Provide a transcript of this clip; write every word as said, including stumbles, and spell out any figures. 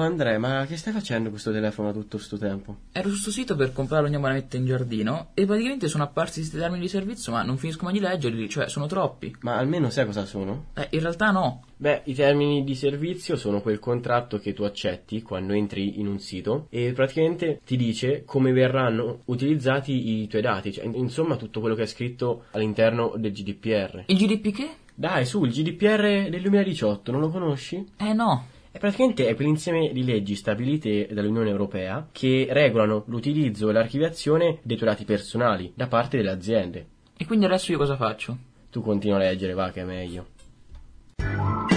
Andrea, ma che stai facendo con questo telefono tutto sto tempo? Ero su sto sito per comprare ogni moneta in giardino e praticamente sono apparsi questi termini di servizio, ma non finisco mai di leggerli, cioè sono troppi. Ma almeno sai cosa sono? Eh, in realtà no. Beh, i termini di servizio sono quel contratto che tu accetti quando entri in un sito e praticamente ti dice come verranno utilizzati i tuoi dati, cioè insomma tutto quello che è scritto all'interno del G D P R. Il G D P che? Dai, su, il G D P R del duemiladiciotto, non lo conosci? Eh no. E praticamente è quell'insieme di leggi stabilite dall'Unione Europea che regolano l'utilizzo e l'archiviazione dei tuoi dati personali da parte delle aziende. E quindi adesso io cosa faccio? Tu continua a leggere, va che è meglio.